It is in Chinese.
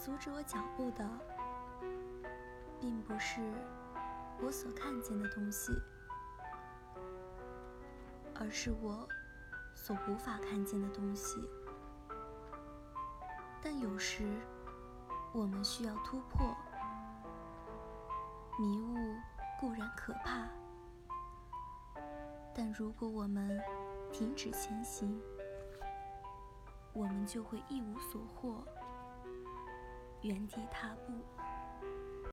阻止我脚步的，并不是我所看见的东西，而是我所无法看见的东西。但有时我们需要突破。迷雾固然可怕，但如果我们停止前行，我们就会一无所获，原地踏步。